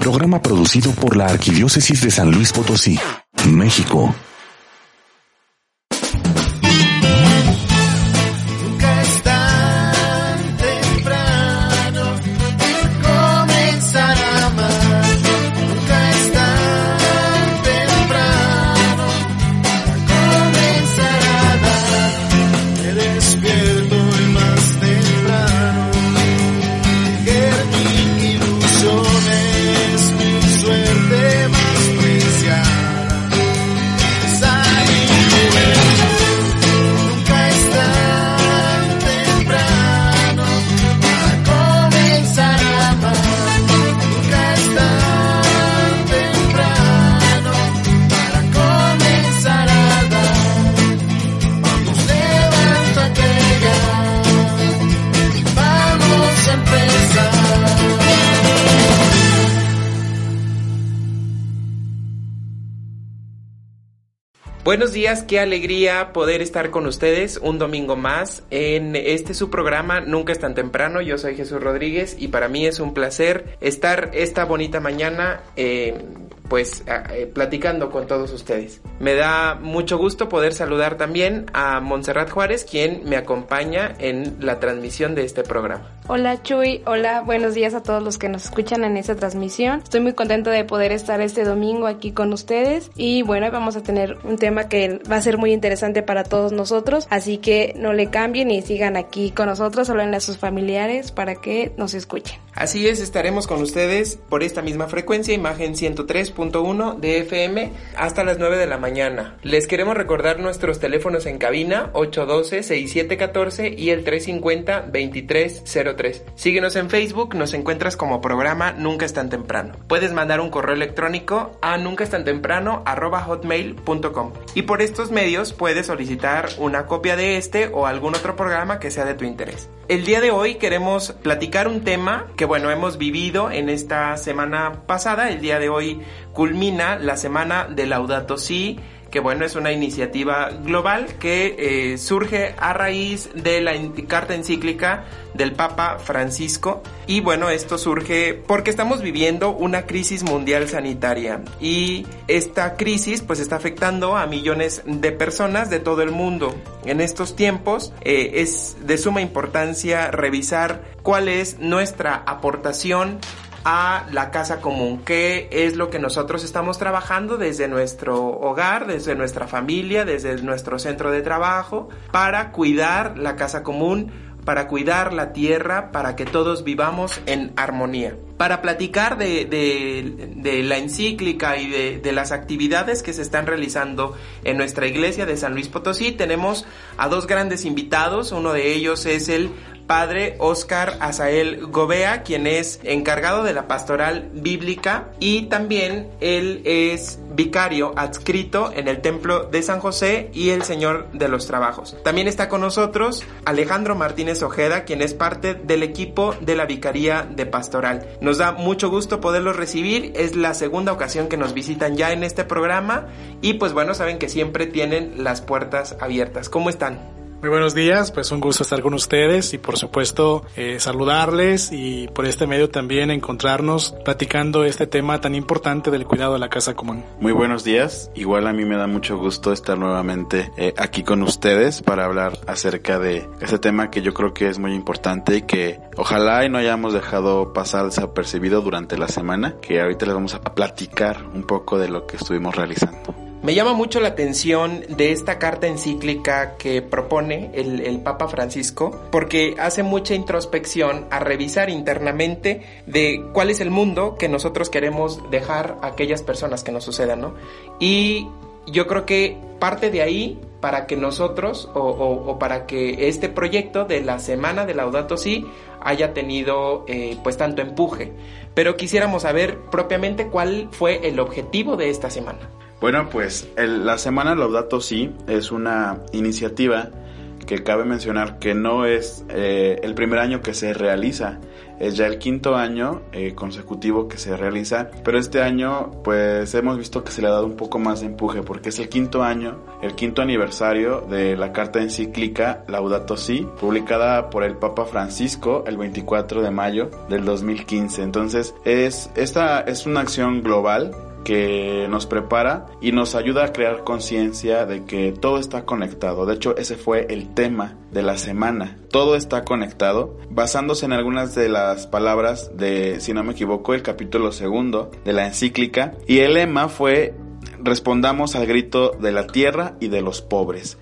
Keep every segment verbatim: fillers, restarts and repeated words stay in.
programa producido por la Arquidiócesis de San Luis Potosí, México. Buenos días, qué alegría poder estar con ustedes un domingo más en este su programa Nunca es tan temprano. Yo soy Jesús Rodríguez y para mí es un placer estar esta bonita mañana eh, pues eh, platicando con todos ustedes. Me da mucho gusto poder saludar también a Montserrat Juárez, quien me acompaña en la transmisión de este programa. Hola Chuy, hola, buenos días a todos los que nos escuchan en esta transmisión. Estoy muy contenta de poder estar este domingo aquí con ustedes y bueno, vamos a tener un tema que va a ser muy interesante para todos nosotros, así que no le cambien y sigan aquí con nosotros, hablen a sus familiares para que nos escuchen. Así es, estaremos con ustedes por esta misma frecuencia, Imagen ciento tres punto uno de F M, hasta las nueve de la mañana. Les queremos recordar nuestros teléfonos en cabina, ocho uno dos, seis siete uno cuatro y el tres cinco cero, dos tres cero tres. Síguenos en Facebook, nos encuentras como programa Nunca es tan temprano. Puedes mandar un correo electrónico a nunca es tan temprano arroba hotmail punto com y por estos medios puedes solicitar una copia de este o algún otro programa que sea de tu interés. El día de hoy queremos platicar un tema que bueno, hemos vivido en esta semana pasada. El día de hoy culmina la semana de Laudato Si, que bueno, es una iniciativa global que eh, surge a raíz de la in- carta encíclica del Papa Francisco. Y bueno, esto surge porque estamos viviendo una crisis mundial sanitaria y esta crisis pues está afectando a millones de personas de todo el mundo. En estos tiempos eh, es de suma importancia revisar cuál es nuestra aportación a la casa común, qué es lo que nosotros estamos trabajando desde nuestro hogar, desde nuestra familia, desde nuestro centro de trabajo, para cuidar la casa común, para cuidar la tierra, para que todos vivamos en armonía. Para platicar de, de, de la encíclica y de, de las actividades que se están realizando en nuestra iglesia de San Luis Potosí, tenemos a dos grandes invitados. Uno de ellos es el Padre Óscar Azael Gobea, quien es encargado de la pastoral bíblica y también él es vicario adscrito en el Templo de San José y el Señor de los Trabajos. También está con nosotros Alejandro Martínez Ojeda, quien es parte del equipo de la Vicaría de Pastoral. Nos da mucho gusto poderlos recibir, es la segunda ocasión que nos visitan ya en este programa y pues bueno, saben que siempre tienen las puertas abiertas. ¿Cómo están? Muy buenos días, pues un gusto estar con ustedes y por supuesto eh, saludarles y por este medio también encontrarnos platicando este tema tan importante del cuidado de la casa común. Muy buenos días, igual a mí me da mucho gusto estar nuevamente eh, aquí con ustedes para hablar acerca de este tema que yo creo que es muy importante y que ojalá y no hayamos dejado pasar desapercibido durante la semana, que ahorita les vamos a platicar un poco de lo que estuvimos realizando. Me llama mucho la atención de esta carta encíclica que propone el, el Papa Francisco, porque hace mucha introspección a revisar internamente de cuál es el mundo que nosotros queremos dejar a aquellas personas que nos sucedan, ¿no? Y yo creo que parte de ahí para que nosotros o, o, o para que este proyecto de la semana de Laudato Si haya tenido eh, pues tanto empuje. Pero quisiéramos saber propiamente cuál fue el objetivo de esta semana. Bueno, pues el, la Semana Laudato Si es una iniciativa que cabe mencionar que no es eh, el primer año que se realiza, es ya el quinto año eh, consecutivo que se realiza, pero este año pues hemos visto que se le ha dado un poco más de empuje porque es el quinto año, el quinto aniversario de la carta encíclica Laudato Si, publicada por el Papa Francisco el veinticuatro de mayo del dos mil quince. Entonces es, esta es una acción global que nos prepara y nos ayuda a crear conciencia de que todo está conectado. De hecho, ese fue el tema de la semana. Todo está conectado, basándose en algunas de las palabras de, si no me equivoco, el capítulo segundo de la encíclica. Y el lema fue: respondamos al grito de la tierra y de los pobres.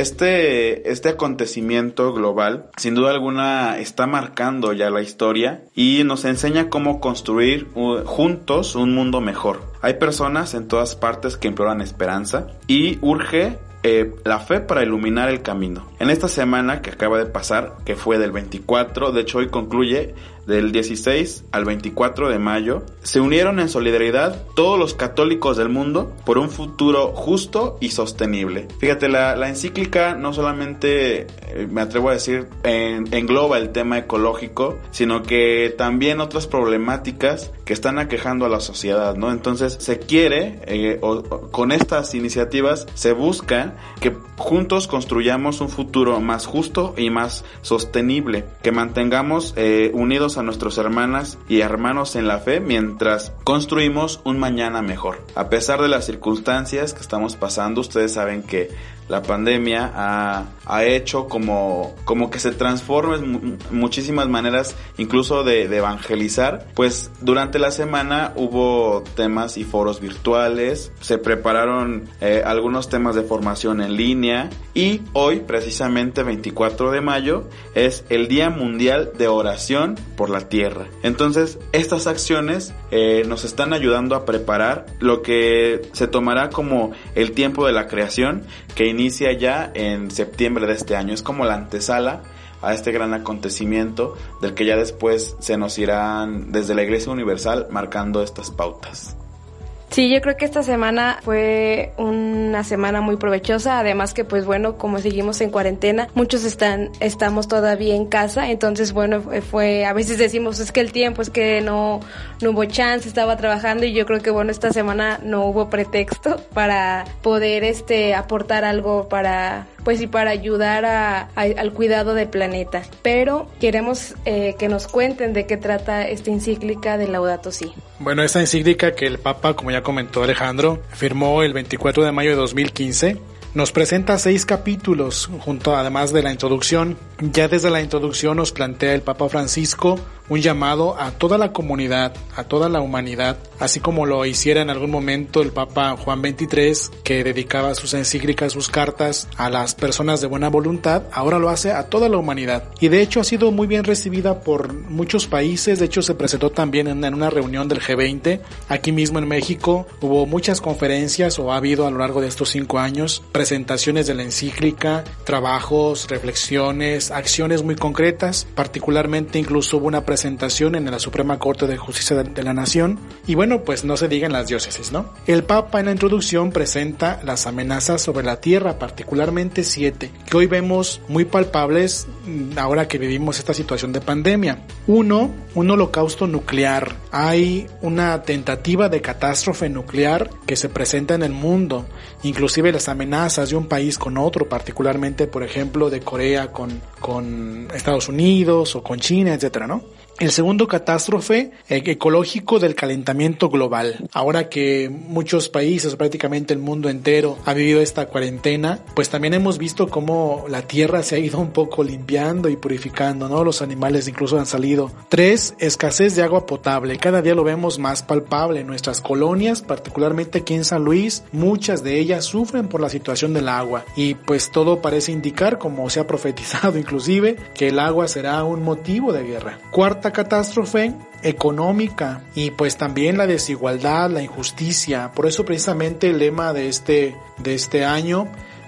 Este, este acontecimiento global, sin duda alguna, está marcando ya la historia y nos enseña cómo construir uh, juntos un mundo mejor. Hay personas en todas partes que imploran esperanza y urge Eh, la fe para iluminar el camino. En esta semana que acaba de pasar, que fue del veinticuatro, de hecho hoy concluye, del dieciséis al veinticuatro de mayo, se unieron en solidaridad todos los católicos del mundo por un futuro justo y sostenible. Fíjate, la, la encíclica no solamente, eh, me atrevo a decir, en, engloba el tema ecológico, sino que también otras problemáticas que están aquejando a la sociedad, ¿no? Entonces se quiere, eh, o, o, con estas iniciativas se busca que juntos construyamos un futuro más justo y más sostenible, que mantengamos eh, unidos a nuestras hermanas y hermanos en la fe mientras construimos un mañana mejor. A pesar de las circunstancias que estamos pasando, ustedes saben que la pandemia ha, ha hecho como, como que se transforme en muchísimas maneras, incluso de, de evangelizar. Pues durante la semana hubo temas y foros virtuales, se prepararon eh, algunos temas de formación en línea y hoy, precisamente veinticuatro de mayo, es el Día Mundial de Oración por la Tierra. Entonces, estas acciones eh, nos están ayudando a preparar lo que se tomará como el tiempo de la creación, que inicia ya en septiembre de este año. Es como la antesala a este gran acontecimiento del que ya después se nos irán desde la Iglesia Universal marcando estas pautas. Sí, yo creo que esta semana fue una semana muy provechosa, además que pues bueno, como seguimos en cuarentena, muchos están estamos todavía en casa, entonces bueno, fue, a veces decimos es que el tiempo, es que no no hubo chance, estaba trabajando, y yo creo que bueno, esta semana no hubo pretexto para poder este aportar algo para pues y para ayudar a, a, al cuidado del planeta. Pero queremos eh, que nos cuenten de qué trata esta encíclica de Laudato Si. Bueno, esta encíclica que el Papa, como ya comentó Alejandro, firmó el veinticuatro de mayo de dos mil quince, nos presenta seis capítulos, junto además de la introducción. Ya desde la introducción nos plantea el Papa Francisco un llamado a toda la comunidad, a toda la humanidad, así como lo hiciera en algún momento el Papa Juan veintitrés, que dedicaba sus encíclicas, sus cartas a las personas de buena voluntad. Ahora lo hace a toda la humanidad, y de hecho ha sido muy bien recibida por muchos países. De hecho se presentó también en una reunión del G veinte, aquí mismo en México. Hubo muchas conferencias, o ha habido a lo largo de estos cinco años, presentaciones de la encíclica, trabajos, reflexiones, acciones muy concretas. Particularmente incluso hubo una presentación en la Suprema Corte de Justicia de, de la Nación, y bueno, pues no se diga en las diócesis, ¿no? El Papa en la introducción presenta las amenazas sobre la tierra, particularmente siete, que hoy vemos muy palpables ahora que vivimos esta situación de pandemia. Uno, un holocausto nuclear. Hay una tentativa de catástrofe nuclear que se presenta en el mundo, inclusive las amenazas de un país con otro, particularmente por ejemplo de Corea con, con Estados Unidos o con China, etcétera, ¿no? El segundo, catástrofe ecológico del calentamiento global. Ahora que muchos países, prácticamente el mundo entero, ha vivido esta cuarentena, pues también hemos visto cómo la tierra se ha ido un poco limpiando y purificando, ¿no? Los animales incluso han salido. Tres, escasez de agua potable. Cada día lo vemos más palpable en nuestras colonias, particularmente aquí en San Luis. Muchas de ellas sufren por la situación del agua, y pues todo parece indicar, como se ha profetizado inclusive, que el agua será un motivo de guerra. Cuarta catástrofe económica, y pues también la desigualdad, la injusticia. Por eso precisamente el lema de este de este año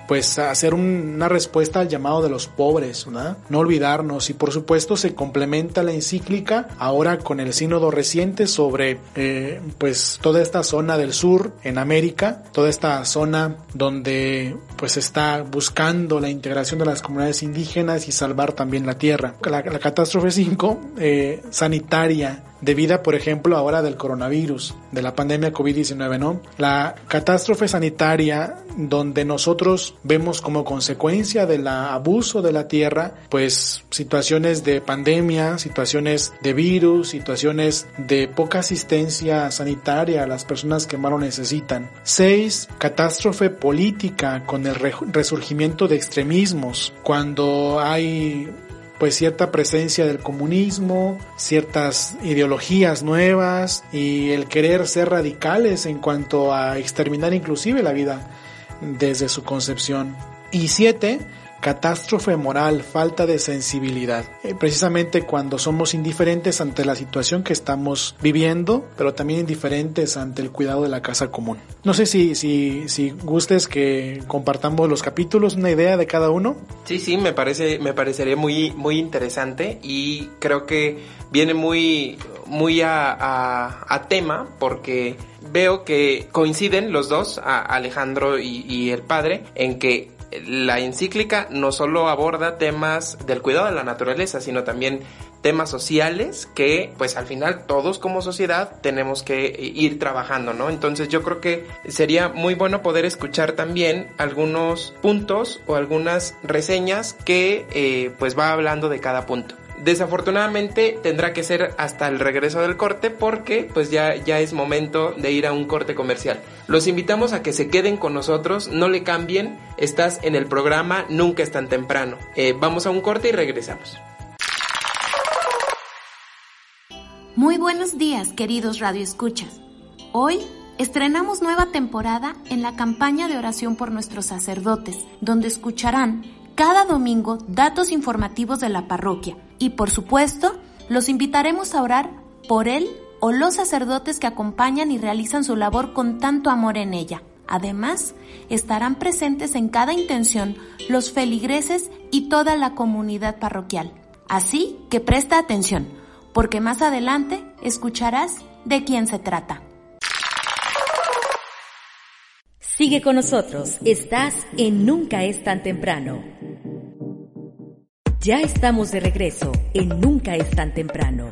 pues hacer un, una respuesta al llamado de los pobres, ¿verdad? No olvidarnos, y por supuesto se complementa la encíclica ahora con el sínodo reciente sobre eh, pues toda esta zona del sur en América, toda esta zona donde pues está buscando la integración de las comunidades indígenas y salvar también la tierra. La, la catástrofe cinco, eh, sanitaria, debida, por ejemplo, ahora del coronavirus, de la pandemia covid diecinueve, ¿no? La catástrofe sanitaria, donde nosotros vemos como consecuencia del abuso de la tierra, pues situaciones de pandemia, situaciones de virus, situaciones de poca asistencia sanitaria a las personas que más lo necesitan. Seis, catástrofe política, con el re- resurgimiento de extremismos, cuando hay pues cierta presencia del comunismo, ciertas ideologías nuevas y el querer ser radicales en cuanto a exterminar inclusive la vida desde su concepción. Y siete, catástrofe moral, falta de sensibilidad. Eh, precisamente cuando somos indiferentes ante la situación que estamos viviendo, pero también indiferentes ante el cuidado de la casa común. No sé si, si, si gustes que compartamos los capítulos, una idea de cada uno. Sí, sí, me parece, me parecería muy, muy interesante, y creo que viene muy, muy a, a, a tema, porque veo que coinciden los dos, a Alejandro y, y el padre, en que la encíclica no solo aborda temas del cuidado de la naturaleza, sino también temas sociales que, pues al final, todos como sociedad tenemos que ir trabajando, ¿no? Entonces yo creo que sería muy bueno poder escuchar también algunos puntos o algunas reseñas que, eh, pues va hablando de cada punto. Desafortunadamente tendrá que ser hasta el regreso del corte, porque pues ya, ya es momento de ir a un corte comercial. Los invitamos a que se queden con nosotros, no le cambien, estás en el programa Nunca es tan temprano. Eh, vamos a un corte y regresamos. Muy buenos días, queridos radioescuchas. Hoy estrenamos nueva temporada en la campaña de oración por nuestros sacerdotes, donde escucharán cada domingo datos informativos de la parroquia, y por supuesto los invitaremos a orar por él o los sacerdotes que acompañan y realizan su labor con tanto amor en ella. Además, estarán presentes en cada intención los feligreses y toda la comunidad parroquial. Así que presta atención, porque más adelante escucharás de quién se trata. Sigue con nosotros, estás en Nunca es tan temprano. Ya estamos de regreso en Nunca es tan temprano.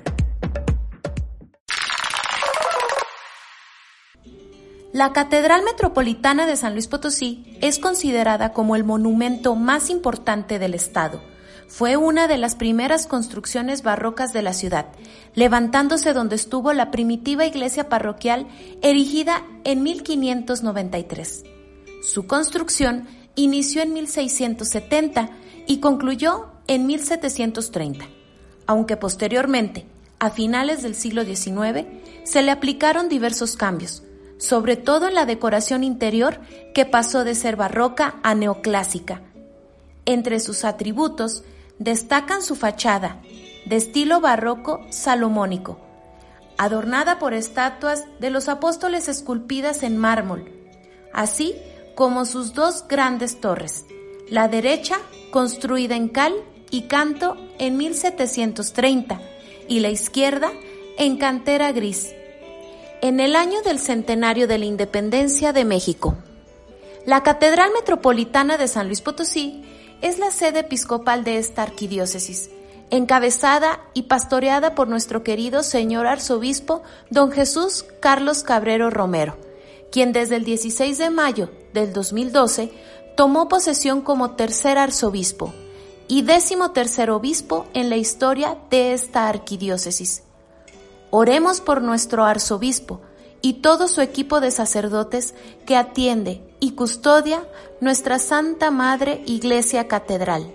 La Catedral Metropolitana de San Luis Potosí es considerada como el monumento más importante del estado. Fue una de las primeras construcciones barrocas de la ciudad, levantándose donde estuvo la primitiva iglesia parroquial erigida en mil quinientos noventa y tres. Su construcción inició en mil seiscientos setenta y concluyó en mil setecientos treinta, aunque posteriormente, a finales del siglo diecinueve, se le aplicaron diversos cambios, sobre todo en la decoración interior, que pasó de ser barroca a neoclásica. Entre sus atributos destacan su fachada, de estilo barroco salomónico, adornada por estatuas de los apóstoles esculpidas en mármol, así como sus dos grandes torres, la derecha construida en cal y canto en mil setecientos treinta y la izquierda en cantera gris, en el año del centenario de la independencia de México. La Catedral Metropolitana de San Luis Potosí es la sede episcopal de esta arquidiócesis, encabezada y pastoreada por nuestro querido señor arzobispo don Jesús Carlos Cabrero Romero, quien desde el dieciséis de mayo del dos mil doce tomó posesión como tercer arzobispo y décimo tercer obispo en la historia de esta arquidiócesis. Oremos por nuestro arzobispo y todo su equipo de sacerdotes que atiende y custodia nuestra Santa Madre Iglesia Catedral.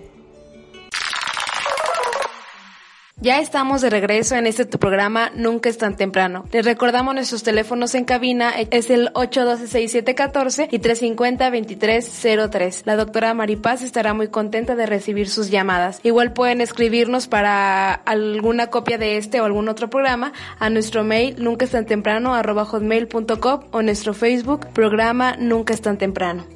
Ya estamos de regreso en este tu programa Nunca es tan temprano. Les recordamos nuestros teléfonos en cabina, es el ocho uno dos, seis siete uno cuatro y tres cinco cero, dos tres cero tres. La doctora Maripaz estará muy contenta de recibir sus llamadas. Igual pueden escribirnos para alguna copia de este o algún otro programa a nuestro mail nunca es tan temprano arroba hotmail punto com o nuestro Facebook programa Nunca es tan temprano.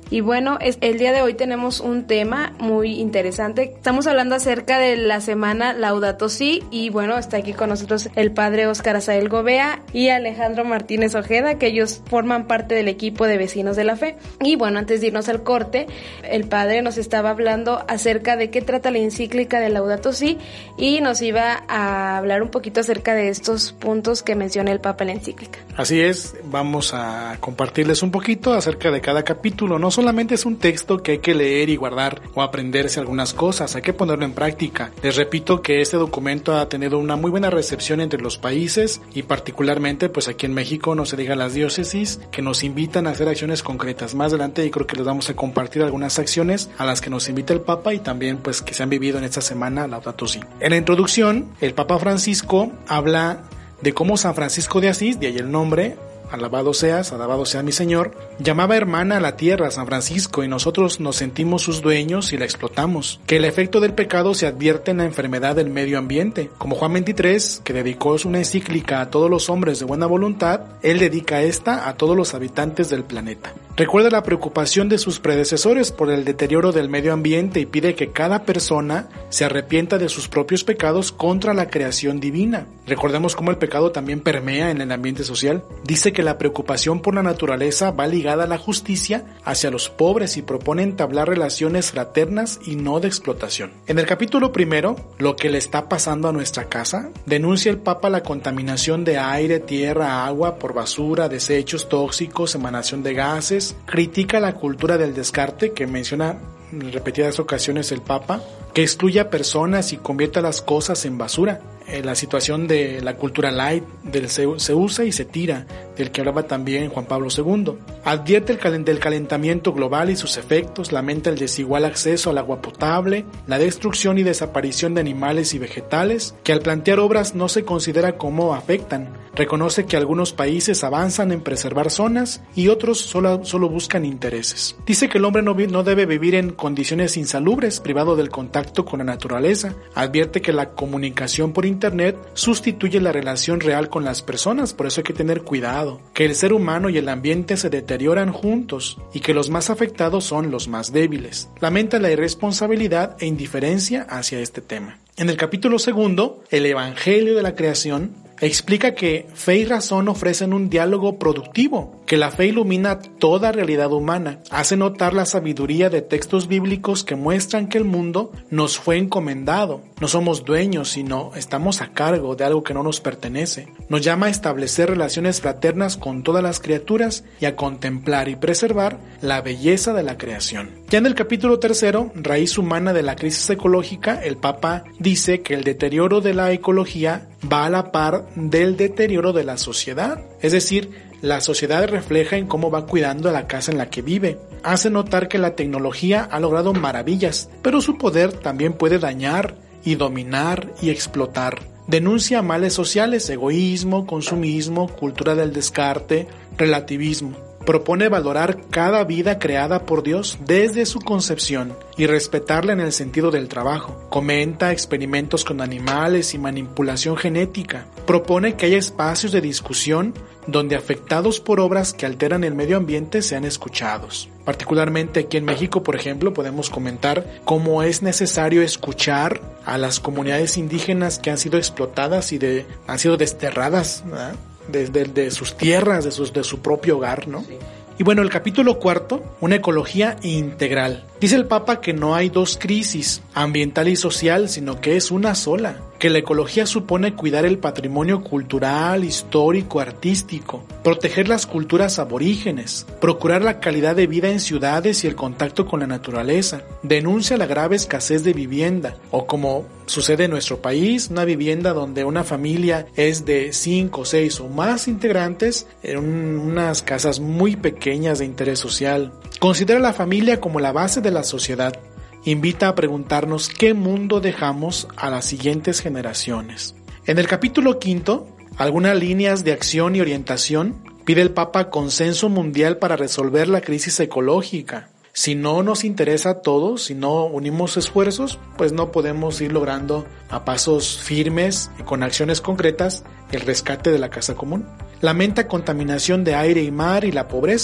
Y bueno, es, el día de hoy tenemos un tema muy interesante. Estamos hablando acerca de la semana Laudato Si y bueno, está aquí con nosotros el padre Óscar Azael Gobea y Alejandro Martínez Ojeda, que ellos forman parte del equipo de Vecinos de la Fe. Y bueno, antes de irnos al corte, el padre nos estaba hablando acerca de qué trata la encíclica de Laudato Si y nos iba a hablar un poquito acerca de estos puntos que menciona el Papa en la encíclica. Así es, vamos a compartirles un poquito acerca de cada capítulo. No solamente es un texto que hay que leer y guardar o aprenderse algunas cosas, hay que ponerlo en práctica. Les repito que este documento ha tenido una muy buena recepción entre los países y particularmente pues aquí en México, no se diga las diócesis, que nos invitan a hacer acciones concretas. Más adelante yo creo que les vamos a compartir algunas acciones a las que nos invita el Papa y también pues que se han vivido en esta semana Laudato Si. En la introducción, el Papa Francisco habla de cómo San Francisco de Asís, de ahí el nombre, alabado seas, alabado sea mi Señor, llamaba hermana a la tierra, San Francisco, y nosotros nos sentimos sus dueños y la explotamos. Que el efecto del pecado se advierte en la enfermedad del medio ambiente. Como Juan veintitrés, que dedicó una encíclica a todos los hombres de buena voluntad, él dedica esta a todos los habitantes del planeta. Recuerda la preocupación de sus predecesores por el deterioro del medio ambiente y pide que cada persona se arrepienta de sus propios pecados contra la creación divina. Recordemos cómo el pecado también permea en el ambiente social. Dice que la preocupación por la naturaleza va ligada a la justicia hacia los pobres y propone entablar relaciones fraternas y no de explotación. En el capítulo primero, lo que le está pasando a nuestra casa, denuncia el Papa la contaminación de aire, tierra, agua por basura, desechos tóxicos, emanación de gases. Critica la cultura del descarte que menciona en repetidas ocasiones el Papa, que excluye a personas y convierte las cosas en basura. Eh, la situación de la cultura light, del se, se usa y se tira, del que hablaba también Juan Pablo segundo. Advierte el calen, del calentamiento global y sus efectos, lamenta el desigual acceso al agua potable, la destrucción y desaparición de animales y vegetales, que al plantear obras no se considera cómo afectan. Reconoce que algunos países avanzan en preservar zonas y otros solo, solo buscan intereses. Dice que el hombre no, no debe vivir en condiciones insalubres, privado del contacto con la naturaleza. Advierte que la comunicación por internet sustituye la relación real con las personas, por eso hay que tener cuidado. Que el ser humano y el ambiente se deterioran juntos y que los más afectados son los más débiles. Lamenta la irresponsabilidad e indiferencia hacia este tema. En el capítulo segundo, el Evangelio de la Creación, explica que fe y razón ofrecen un diálogo productivo, que la fe ilumina toda realidad humana, hace notar la sabiduría de textos bíblicos que muestran que el mundo nos fue encomendado, no somos dueños, sino estamos a cargo de algo que no nos pertenece, nos llama a establecer relaciones fraternas con todas las criaturas y a contemplar y preservar la belleza de la creación. Ya en el capítulo tercero, raíz humana de la crisis ecológica, el Papa dice que el deterioro de la ecología va a la par del deterioro de la sociedad, es decir, la sociedad refleja en cómo va cuidando la casa en la que vive. Hace notar que la tecnología ha logrado maravillas, pero su poder también puede dañar y dominar y explotar. Denuncia males sociales, egoísmo, consumismo, cultura del descarte, relativismo. Propone valorar cada vida creada por Dios desde su concepción y respetarla en el sentido del trabajo. Comenta experimentos con animales y manipulación genética. Propone que haya espacios de discusión donde afectados por obras que alteran el medio ambiente sean escuchados. Particularmente aquí en México, por ejemplo, podemos comentar cómo es necesario escuchar a las comunidades indígenas que han sido explotadas y de, han sido desterradas, ¿verdad? Desde de, de sus tierras, de, sus, de su propio hogar, ¿no? Sí. Y bueno, el capítulo cuarto, una ecología integral. Dice el Papa que no hay dos crisis, ambiental y social, sino que es una sola. Que la ecología supone cuidar el patrimonio cultural, histórico, artístico, proteger las culturas aborígenes, procurar la calidad de vida en ciudades y el contacto con la naturaleza. Denuncia la grave escasez de vivienda, o como sucede en nuestro país, una vivienda donde una familia es de cinco, seis o más integrantes en un, unas casas muy pequeñas de interés social. Considera la familia como la base de la sociedad. Invita a preguntarnos qué mundo dejamos a las siguientes generaciones. En el capítulo quinto, algunas líneas de acción y orientación, pide el Papa consenso mundial para resolver la crisis ecológica. Si no nos interesa a todos, si no unimos esfuerzos, pues no podemos ir logrando a pasos firmes y con acciones concretas el rescate de la casa común. Lamenta contaminación de aire y mar y la pobreza.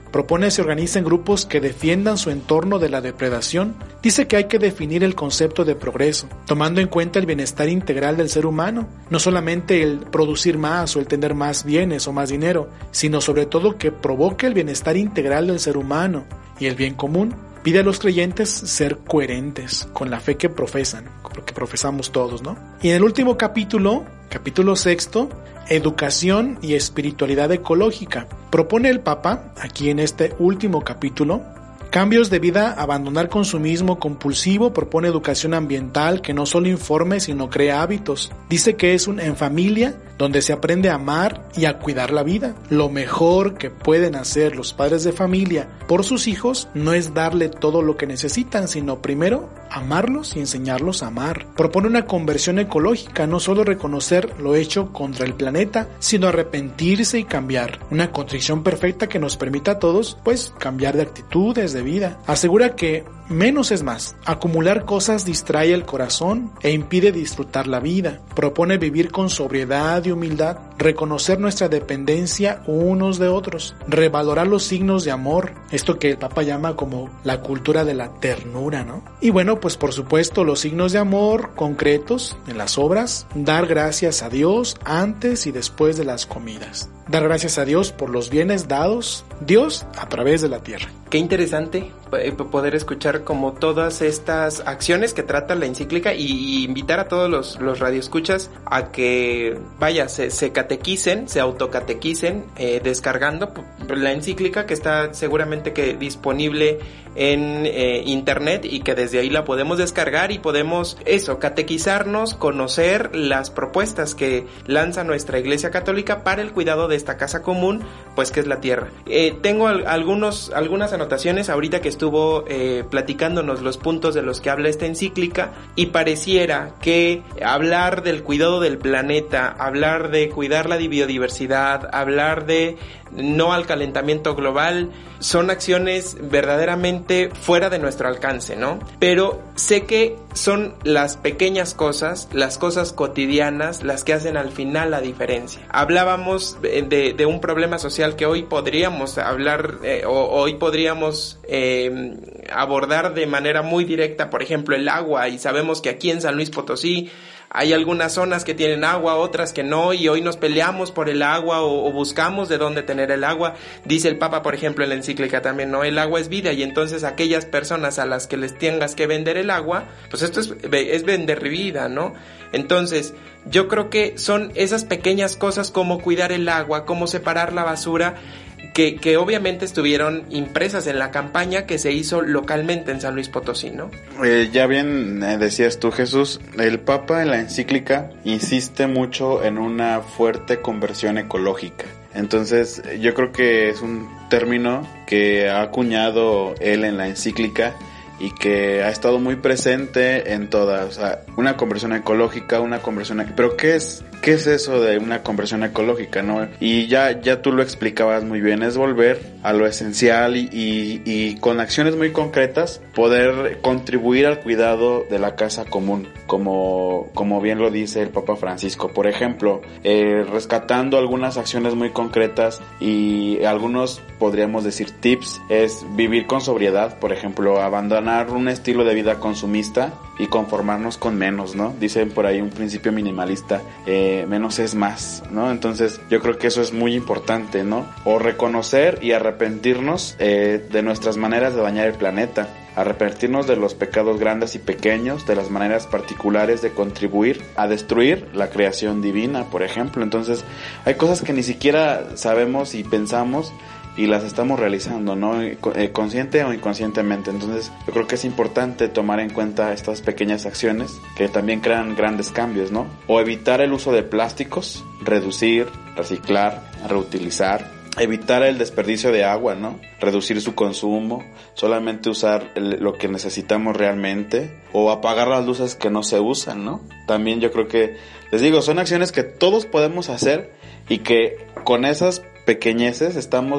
Propone se organicen grupos que defiendan su entorno de la depredación. Dice que hay que definir el concepto de progreso, tomando en cuenta el bienestar integral del ser humano, no solamente el producir más o el tener más bienes o más dinero, sino sobre todo que provoque el bienestar integral del ser humano y el bien común. Pide a los creyentes ser coherentes con la fe que profesan, con lo que profesamos todos, ¿no? Y en el último capítulo, capítulo sexto, educación y espiritualidad ecológica, propone el Papa, aquí en este último capítulo, cambios de vida, abandonar consumismo compulsivo, propone educación ambiental que no solo informe sino crea hábitos. Dice que es un en familia donde se aprende a amar y a cuidar la vida. Lo mejor que pueden hacer los padres de familia por sus hijos no es darle todo lo que necesitan, sino primero amarlos y enseñarlos a amar. Propone una conversión ecológica, no solo reconocer lo hecho contra el planeta, sino arrepentirse y cambiar. Una contrición perfecta que nos permita a todos, pues, cambiar de actitudes, de vida. Asegura que menos es más. Acumular cosas distrae el corazón e impide disfrutar la vida. Propone vivir con sobriedad y humildad, reconocer nuestra dependencia unos de otros, revalorar los signos de amor, esto que el Papa llama como la cultura de la ternura, ¿no? Y bueno, pues por supuesto los signos de amor concretos en las obras, dar gracias a Dios antes y después de las comidas. Dar gracias a Dios por los bienes dados Dios a través de la tierra. Qué interesante poder escuchar como todas estas acciones que trata la encíclica y, y invitar a todos los, los radioescuchas a que, vaya, se, se catequicen, se autocatequicen, eh, descargando la encíclica que está seguramente que disponible en eh, internet y que desde ahí la podemos descargar y podemos, eso, catequizarnos, conocer las propuestas que lanza nuestra Iglesia Católica para el cuidado de esta casa común, pues que es la tierra. Eh, tengo al, algunos, algunas anotaciones ahorita que estuvo eh, platicándonos los puntos de los que habla esta encíclica y pareciera que hablar del cuidado del planeta, hablar de cuidar la biodiversidad, hablar de no al calentamiento global, son acciones verdaderamente fuera de nuestro alcance, ¿no? Pero sé que son las pequeñas cosas, las cosas cotidianas, las que hacen al final la diferencia. Hablábamos de, de un problema social que hoy podríamos hablar, eh, o hoy podríamos eh, abordar de manera muy directa, por ejemplo, el agua, y sabemos que aquí en San Luis Potosí hay algunas zonas que tienen agua, otras que no, y hoy nos peleamos por el agua o, o buscamos de dónde tener el agua. Dice el Papa, por ejemplo, en la encíclica también, no, el agua es vida, y entonces aquellas personas a las que les tengas que vender el agua, pues esto es, es vender vida, ¿no? Entonces, yo creo que son esas pequeñas cosas como cuidar el agua, como separar la basura, Que, que obviamente estuvieron impresas en la campaña que se hizo localmente en San Luis Potosí, ¿no? Eh, ya bien eh, decías tú, Jesús, el Papa en la encíclica insiste mucho en una fuerte conversión ecológica. Entonces, yo creo que es un término que ha acuñado él en la encíclica y que ha estado muy presente en todas, o sea, una conversión ecológica, una conversión, pero ¿qué es qué es eso de una conversión ecológica, no? Y ya ya tú lo explicabas muy bien, es volver a lo esencial y, y, y con acciones muy concretas poder contribuir al cuidado de la casa común, como como bien lo dice el Papa Francisco, por ejemplo, eh, rescatando algunas acciones muy concretas y algunos podríamos decir tips, es vivir con sobriedad, por ejemplo, abandonar un estilo de vida consumista y conformarnos con menos, ¿no? Dicen por ahí un principio minimalista, eh, menos es más, ¿no? Entonces yo creo que eso es muy importante, ¿no? O reconocer y arrepentirnos eh, de nuestras maneras de dañar el planeta, arrepentirnos de los pecados grandes y pequeños, de las maneras particulares de contribuir a destruir la creación divina, por ejemplo. Entonces hay cosas que ni siquiera sabemos y pensamos y las estamos realizando, ¿no? Eh, consciente o inconscientemente. Entonces yo creo que es importante tomar en cuenta estas pequeñas acciones que también crean grandes cambios, ¿no? O evitar el uso de plásticos, reducir, reciclar, reutilizar, evitar el desperdicio de agua, ¿no? Reducir su consumo, solamente usar el, lo que necesitamos realmente, o apagar las luces que no se usan, ¿no? También yo creo que, les digo, son acciones que todos podemos hacer y que con esas pequeñeces estamos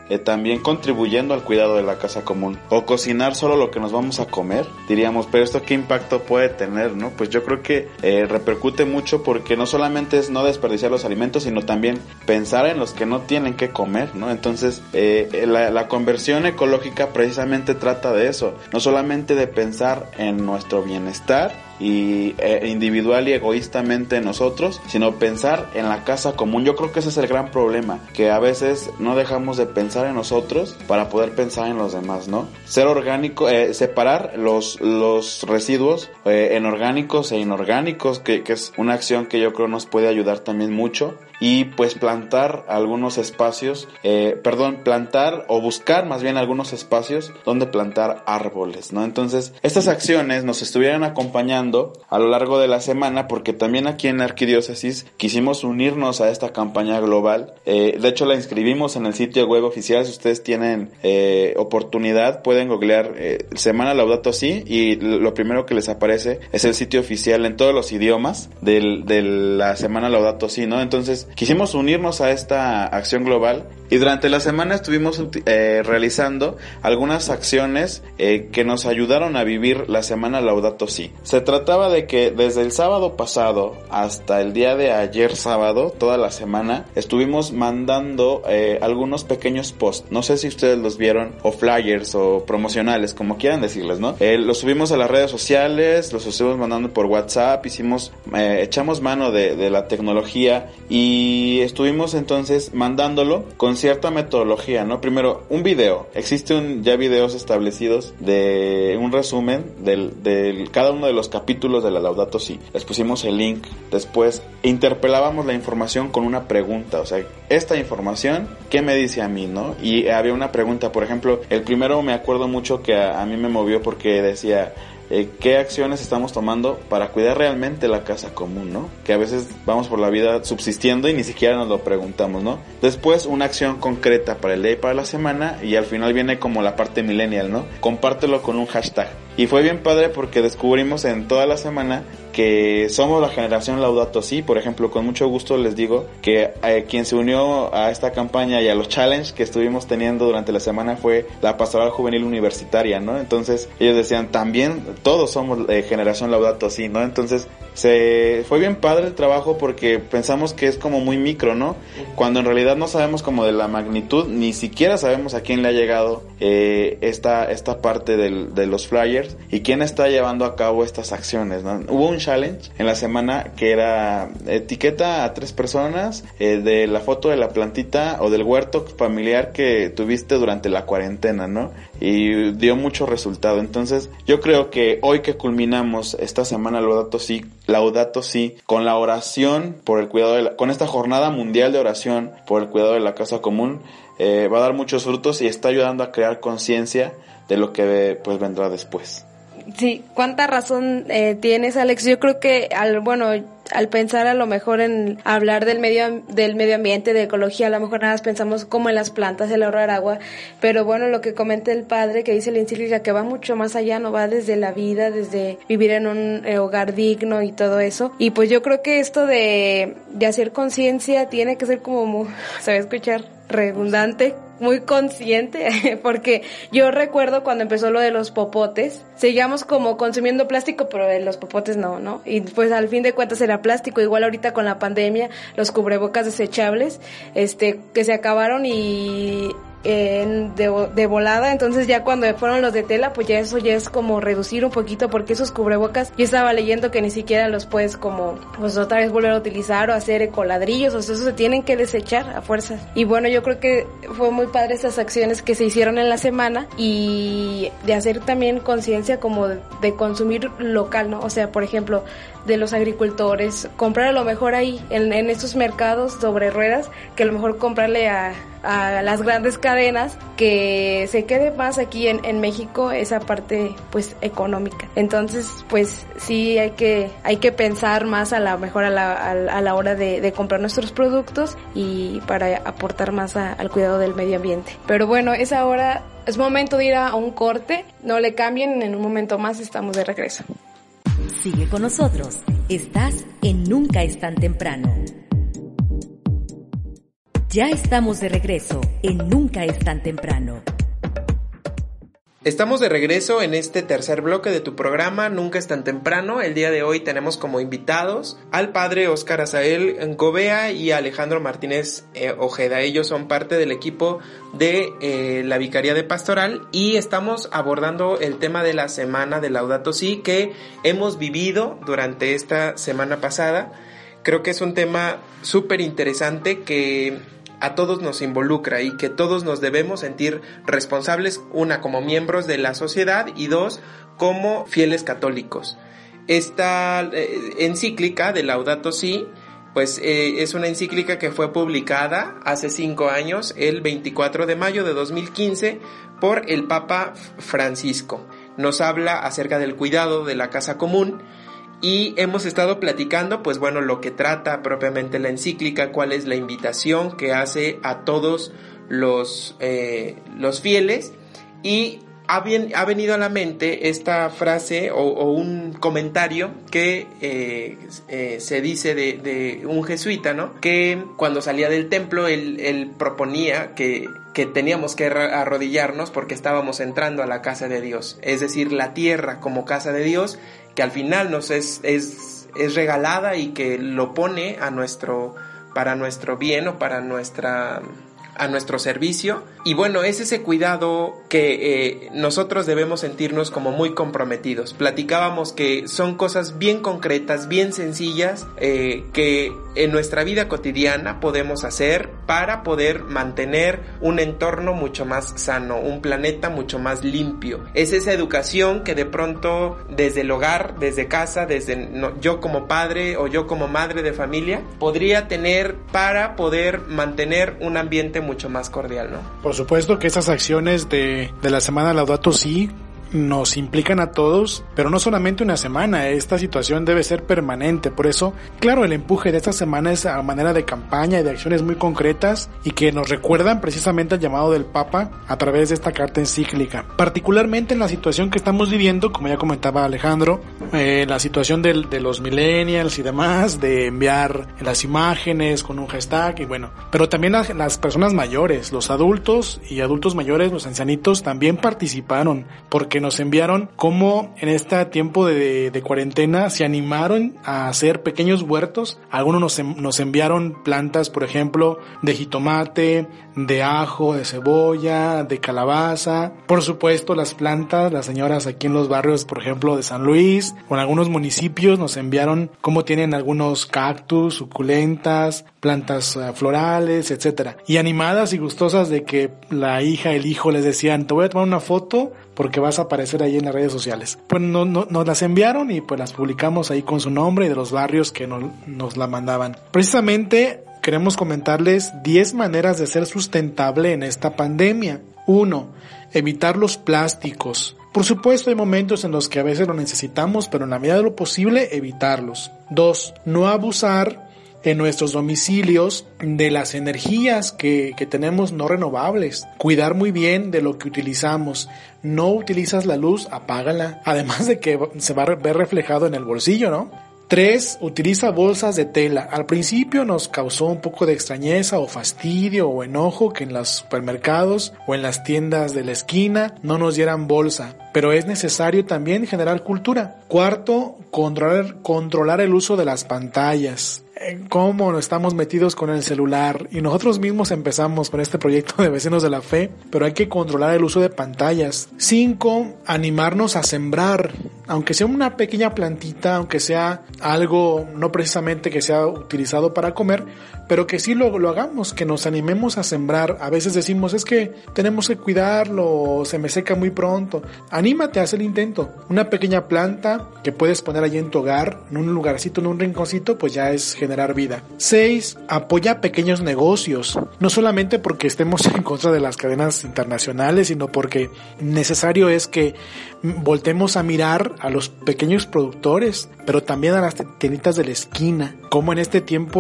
eh, también contribuyendo al cuidado de la casa común. O cocinar solo lo que nos vamos a comer, diríamos, pero esto qué impacto puede tener, ¿no? Pues yo creo que eh, repercute mucho, porque no solamente es no desperdiciar los alimentos, sino también pensar en los que no tienen que comer, ¿no? Entonces eh, la, la conversión ecológica precisamente trata de eso, no solamente de pensar en nuestro bienestar y eh, individual y egoístamente nosotros, sino pensar en la casa común. Yo creo que ese es el gran problema, que a veces no dejamos de pensar en nosotros para poder pensar en los demás, ¿no? Ser orgánico, eh, separar los los residuos eh, en orgánicos e inorgánicos, que, que es una acción que yo creo nos puede ayudar también mucho. Y pues plantar algunos espacios, eh, perdón, plantar o buscar más bien algunos espacios donde plantar árboles, ¿no? Entonces, estas acciones nos estuvieron acompañando a lo largo de la semana, porque también aquí en la Arquidiócesis quisimos unirnos a esta campaña global. Eh, de hecho, la inscribimos en el sitio web oficial. Si ustedes tienen eh, oportunidad, pueden googlear eh, Semana Laudato Si, y lo primero que les aparece es el sitio oficial en todos los idiomas del, de la Semana Laudato Si, ¿no? Entonces, quisimos unirnos a esta acción global, y durante la semana estuvimos eh, realizando algunas acciones eh, que nos ayudaron a vivir la Semana Laudato Si. Se trataba de que desde el sábado pasado hasta el día de ayer sábado, toda la semana, estuvimos mandando eh, algunos pequeños posts. No sé si ustedes los vieron, o flyers, o promocionales, como quieran decirles, ¿no? Eh, los subimos a las redes sociales, los estuvimos mandando por WhatsApp, hicimos, eh, echamos mano de, de la tecnología, y estuvimos entonces mandándolo con cierta metodología, ¿no? Primero, un video. Existen ya videos establecidos de un resumen del, del cada uno de los capítulos de la Laudato Si. Les pusimos el link. Después interpelábamos la información con una pregunta. O sea, esta información, ¿qué me dice a mí, no? Y había una pregunta, por ejemplo, el primero me acuerdo mucho que a, a mí me movió, porque decía... Eh, ¿qué acciones estamos tomando para cuidar realmente la casa común, ¿no? Que a veces vamos por la vida subsistiendo y ni siquiera nos lo preguntamos, ¿no? Después, una acción concreta para el día y para la semana, y al final viene como la parte millennial, ¿no? Compártelo con un hashtag. Y fue bien padre, porque descubrimos en toda la semana que somos la generación Laudato Si. Por ejemplo, con mucho gusto les digo que eh, quien se unió a esta campaña y a los challenges que estuvimos teniendo durante la semana fue la Pastoral Juvenil Universitaria, ¿no? Entonces ellos decían, también todos somos eh, generación Laudato Si, ¿no? Entonces se fue bien padre el trabajo, porque pensamos que es como muy micro, ¿no? Cuando en realidad no sabemos como de la magnitud, ni siquiera sabemos a quién le ha llegado eh, esta esta parte del, de los flyers, y quién está llevando a cabo estas acciones, ¿no? Hubo un challenge en la semana que era etiqueta a tres personas eh, de la foto de la plantita o del huerto familiar que tuviste durante la cuarentena, ¿no? Y dio mucho resultado. Entonces yo creo que hoy que culminamos esta semana Laudato Si, Laudato Si con la oración por el cuidado de la, con esta jornada mundial de oración por el cuidado de la casa común, eh, va a dar muchos frutos y está ayudando a crear conciencia de lo que pues vendrá después. Sí, cuánta razón eh, tienes, Alex. Yo creo que al bueno al pensar a lo mejor en hablar del medio del medio ambiente, de ecología, a lo mejor nada más pensamos como en las plantas, el ahorrar agua, pero bueno, lo que comenta el padre, que dice la encíclica, que va mucho más allá, no va desde la vida, desde vivir en un eh, hogar digno y todo eso. Y pues yo creo que esto de de hacer conciencia tiene que ser como muy, se va a escuchar redundante, muy consciente, porque yo recuerdo cuando empezó lo de los popotes, seguíamos como consumiendo plástico, pero en los popotes no, ¿no? Y pues al fin de cuentas era plástico. Igual ahorita con la pandemia, los cubrebocas desechables, este, que se acabaron y En, de, de volada. Entonces ya cuando fueron los de tela, pues ya eso ya es como reducir un poquito, porque esos cubrebocas, yo estaba leyendo que ni siquiera los puedes como pues otra vez volver a utilizar o hacer ecoladrillos, o sea, eso se tienen que desechar a fuerzas. Y bueno, yo creo que fue muy padre esas acciones que se hicieron en la semana, y de hacer también conciencia como de, de consumir local, ¿no? O sea, por ejemplo, de los agricultores, comprar a lo mejor ahí en, en estos mercados sobre ruedas, que a lo mejor comprarle a a las grandes cadenas, que se quede más aquí en, en México esa parte pues económica. Entonces pues sí hay que hay que pensar más a la mejor a la, a, a la hora de, de comprar nuestros productos, y para aportar más a, al cuidado del medio ambiente. Pero bueno, es ahora, es momento de ir a un corte, no le cambien, en un momento más estamos de regreso. Sigue con nosotros, estás en Nunca es tan temprano. Ya estamos de regreso en Nunca es tan temprano. Estamos de regreso en este tercer bloque de tu programa Nunca es tan temprano. El día de hoy tenemos como invitados al padre Óscar Azael Gobea y a Alejandro Martínez eh, Ojeda. Ellos son parte del equipo de eh, la Vicaría de Pastoral y estamos abordando el tema de la semana de Laudato Si que hemos vivido durante esta semana pasada. Creo que es un tema súper interesante que a todos nos involucra y que todos nos debemos sentir responsables, una, como miembros de la sociedad y dos, como fieles católicos. Esta eh, encíclica de Laudato Si, pues eh, es una encíclica que fue publicada hace cinco años, el veinticuatro de mayo de dos mil quince, por el Papa Francisco. Nos habla acerca del cuidado de la casa común. Y hemos estado platicando, pues bueno, lo que trata propiamente la encíclica, cuál es la invitación que hace a todos los, eh, los fieles. Y ha, bien, ha venido a la mente esta frase o, o un comentario que eh, eh, se dice de, de un jesuita, ¿no? Que cuando salía del templo él, él proponía que, que teníamos que arrodillarnos porque estábamos entrando a la casa de Dios. Es decir, la tierra como casa de Dios, que al final nos es, es, es regalada y que lo pone a nuestro, para nuestro bien o para nuestra, a nuestro servicio. Y bueno, es ese cuidado que eh, nosotros debemos sentirnos como muy comprometidos. Platicábamos que son cosas bien concretas, bien sencillas, eh, que en nuestra vida cotidiana podemos hacer para poder mantener un entorno mucho más sano, un planeta mucho más limpio. Es esa educación que de pronto desde el hogar, desde casa, desde no, yo como padre o yo como madre de familia, podría tener para poder mantener un ambiente mucho más cordial, ¿no? Por supuesto que estas acciones de, de la semana Laudato Si nos implican a todos, pero no solamente una semana, esta situación debe ser permanente. Por eso, claro, el empuje de esta semana es a manera de campaña y de acciones muy concretas y que nos recuerdan precisamente el llamado del Papa a través de esta carta encíclica. Particularmente en la situación que estamos viviendo, como ya comentaba Alejandro, eh, la situación del, de los millennials y demás, de enviar las imágenes con un hashtag y bueno, pero también las, las personas mayores, los adultos y adultos mayores, los ancianitos también participaron porque nos enviaron cómo en este tiempo de, de cuarentena se animaron a hacer pequeños huertos. Algunos nos, nos enviaron plantas, por ejemplo, de jitomate, de ajo, de cebolla, de calabaza. Por supuesto, las plantas, las señoras aquí en los barrios, por ejemplo, de San Luis, o en algunos municipios nos enviaron cómo tienen algunos cactus, suculentas, plantas uh, florales, etcétera. Y animadas y gustosas de que la hija, el hijo les decían, te voy a tomar una foto porque vas a aparecer ahí en las redes sociales. Pues no, no, nos las enviaron y pues las publicamos ahí con su nombre y de los barrios que nos, nos la mandaban. Precisamente queremos comentarles diez maneras de ser sustentable en esta pandemia. uno. Evitar los plásticos. Por supuesto hay momentos en los que a veces lo necesitamos, pero en la medida de lo posible evitarlos. dos. No abusar en nuestros domicilios de las energías que, que tenemos no renovables. Cuidar muy bien de lo que utilizamos. No utilizas la luz, apágala. Además de que se va a ver reflejado en el bolsillo, ¿no? tres. Utiliza bolsas de tela. Al principio nos causó un poco de extrañeza o fastidio o enojo que en los supermercados o en las tiendas de la esquina no nos dieran bolsa, pero es necesario también generar cultura. cuarto. Controlar, controlar el uso de las pantallas. Cómo estamos metidos con el celular y nosotros mismos empezamos con este proyecto de Vecinos de la Fe, pero hay que controlar el uso de pantallas. cinco. Animarnos a sembrar, aunque sea una pequeña plantita, aunque sea algo no precisamente que sea utilizado para comer, pero que sí lo, lo hagamos, que nos animemos a sembrar. A veces decimos, es que tenemos que cuidarlo, se me seca muy pronto. Anímate a hacer el intento. Una pequeña planta que puedes poner allí en tu hogar, en un lugarcito, en un rinconcito, pues ya es generar vida. seis. Apoya pequeños negocios, no solamente porque estemos en contra de las cadenas internacionales, sino porque necesario es que voltemos a mirar a los pequeños productores, pero también a las tienditas de la esquina, como en este tiempo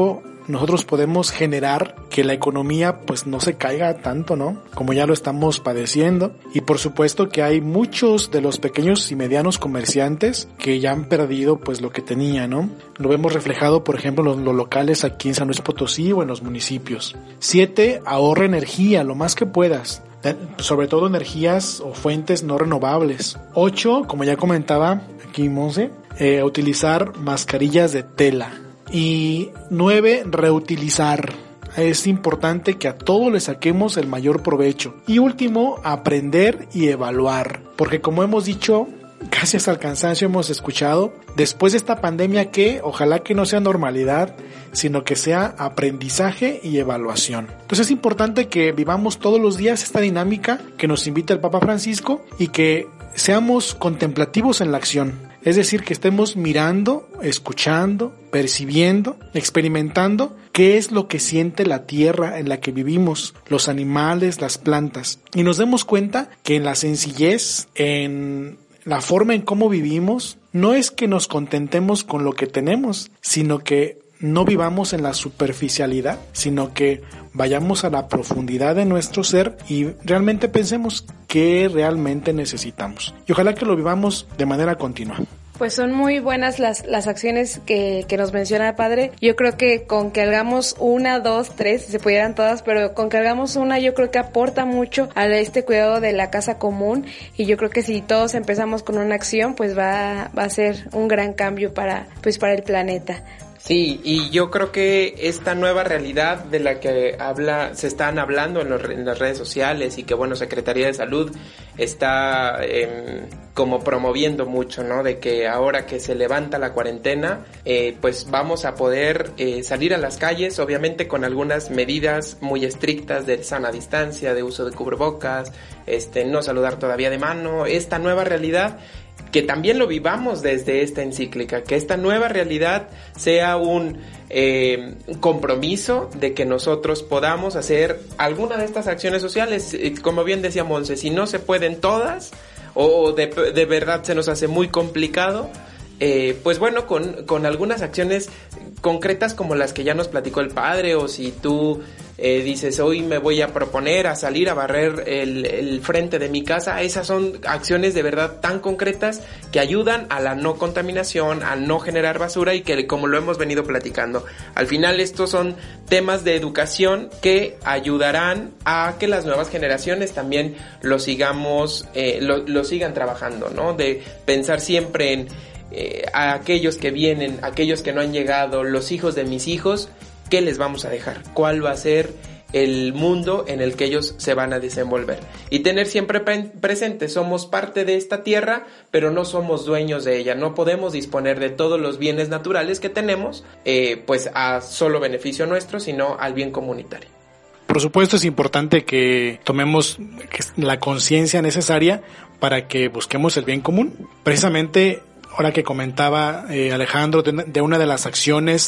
nosotros podemos generar que la economía pues no se caiga tanto, ¿no? Como ya lo estamos padeciendo. Y por supuesto que hay muchos de los pequeños y medianos comerciantes que ya han perdido pues lo que tenían, ¿no? Lo vemos reflejado, por ejemplo, en los, los locales aquí en San Luis Potosí o en los municipios. Siete, ahorra energía lo más que puedas, sobre todo energías o fuentes no renovables. Ocho, como ya comentaba aquí Monse, eh, utilizar mascarillas de tela. Y nueve, reutilizar. Es importante que a todo le saquemos el mayor provecho. Y último, aprender y evaluar. Porque como hemos dicho, casi hasta el cansancio hemos escuchado, después de esta pandemia que ojalá que no sea normalidad, sino que sea aprendizaje y evaluación. Entonces es importante que vivamos todos los días esta dinámica que nos invita el Papa Francisco y que seamos contemplativos en la acción. Es decir, que estemos mirando, escuchando, percibiendo, experimentando qué es lo que siente la tierra en la que vivimos, los animales, las plantas. Y nos demos cuenta que en la sencillez, en la forma en cómo vivimos, no es que nos contentemos con lo que tenemos, sino que no vivamos en la superficialidad, sino que vayamos a la profundidad de nuestro ser y realmente pensemos qué realmente necesitamos. Y ojalá que lo vivamos de manera continua. Pues son muy buenas las, las acciones que, que nos menciona el padre. Yo creo que con que hagamos una, dos, tres, si se pudieran todas, pero con que hagamos una yo creo que aporta mucho a este cuidado de la casa común, y yo creo que si todos empezamos con una acción, pues va, va a ser un gran cambio para, pues para el planeta. Sí, y yo creo que esta nueva realidad de la que habla, se están hablando en, los, en las redes sociales y que, bueno, Secretaría de Salud está eh, como promoviendo mucho, ¿no? De que ahora que se levanta la cuarentena, eh, pues vamos a poder eh, salir a las calles, obviamente con algunas medidas muy estrictas de sana distancia, de uso de cubrebocas, este, no saludar todavía de mano, esta nueva realidad. Que también lo vivamos desde esta encíclica, que esta nueva realidad sea un eh, compromiso de que nosotros podamos hacer alguna de estas acciones sociales. Como bien decía Monse, si no se pueden todas o de, de verdad se nos hace muy complicado, eh, pues bueno, con, con algunas acciones concretas como las que ya nos platicó el padre, o si tú eh, dices hoy me voy a proponer a salir a barrer el, el frente de mi casa, esas son acciones de verdad tan concretas que ayudan a la no contaminación, a no generar basura, y que, como lo hemos venido platicando, al final estos son temas de educación que ayudarán a que las nuevas generaciones también lo sigamos, eh, lo, lo sigan trabajando, ¿no? De pensar siempre en Eh, a aquellos que vienen, aquellos que no han llegado, los hijos de mis hijos, ¿qué les vamos a dejar? ¿Cuál va a ser el mundo en el que ellos se van a desenvolver? Y tener siempre pre- presente, somos parte de esta tierra, pero no somos dueños de ella, no podemos disponer de todos los bienes naturales que tenemos, eh, pues a solo beneficio nuestro, sino al bien comunitario. Por supuesto es importante que tomemos la conciencia necesaria para que busquemos el bien común. Precisamente ahora que comentaba eh, Alejandro de, de una de las acciones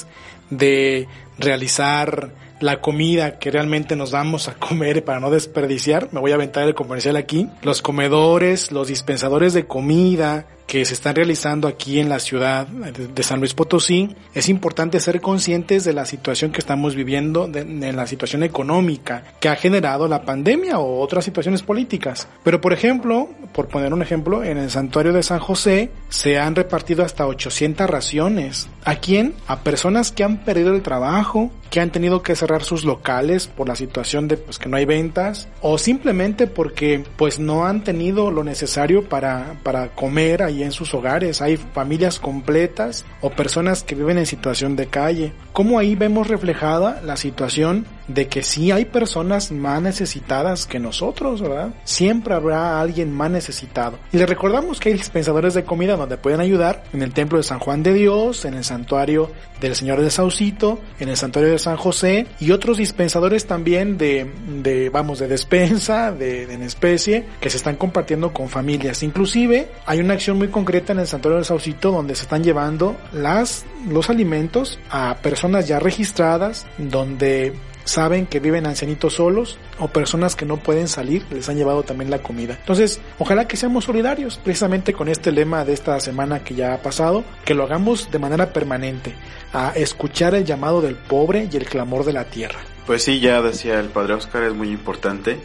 de realizar la comida que realmente nos damos a comer para no desperdiciar, me voy a aventar el comercial aquí, los comedores, los dispensadores de comida que se están realizando aquí en la ciudad de San Luis Potosí, es importante ser conscientes de la situación que estamos viviendo, de, de la situación económica que ha generado la pandemia o otras situaciones políticas. Pero por ejemplo, por poner un ejemplo, en el santuario de San José se han repartido hasta ochocientas raciones. ¿A quién? A personas que han perdido el trabajo, que han tenido que cerrar sus locales por la situación de pues que no hay ventas, o simplemente porque pues no han tenido lo necesario para, para comer ahí en sus hogares. Hay familias completas o personas que viven en situación de calle. ¿Cómo ahí vemos reflejada la situación de que sí hay personas más necesitadas que nosotros, ¿verdad? Siempre habrá alguien más necesitado. Y les recordamos que hay dispensadores de comida donde pueden ayudar, en el templo de San Juan de Dios, en el santuario del Señor de Saucito, en el santuario de San José, y otros dispensadores también de, de vamos, de despensa, de, de en especie, que se están compartiendo con familias. Inclusive hay una acción muy concreta en el santuario de Saucito donde se están llevando las, los alimentos a personas ya registradas, donde saben que viven ancianitos solos o personas que no pueden salir, les han llevado también la comida. Entonces, ojalá que seamos solidarios precisamente con este lema de esta semana que ya ha pasado, que lo hagamos de manera permanente, a escuchar el llamado del pobre y el clamor de la tierra. Pues sí, ya decía el padre Oscar, es muy importante.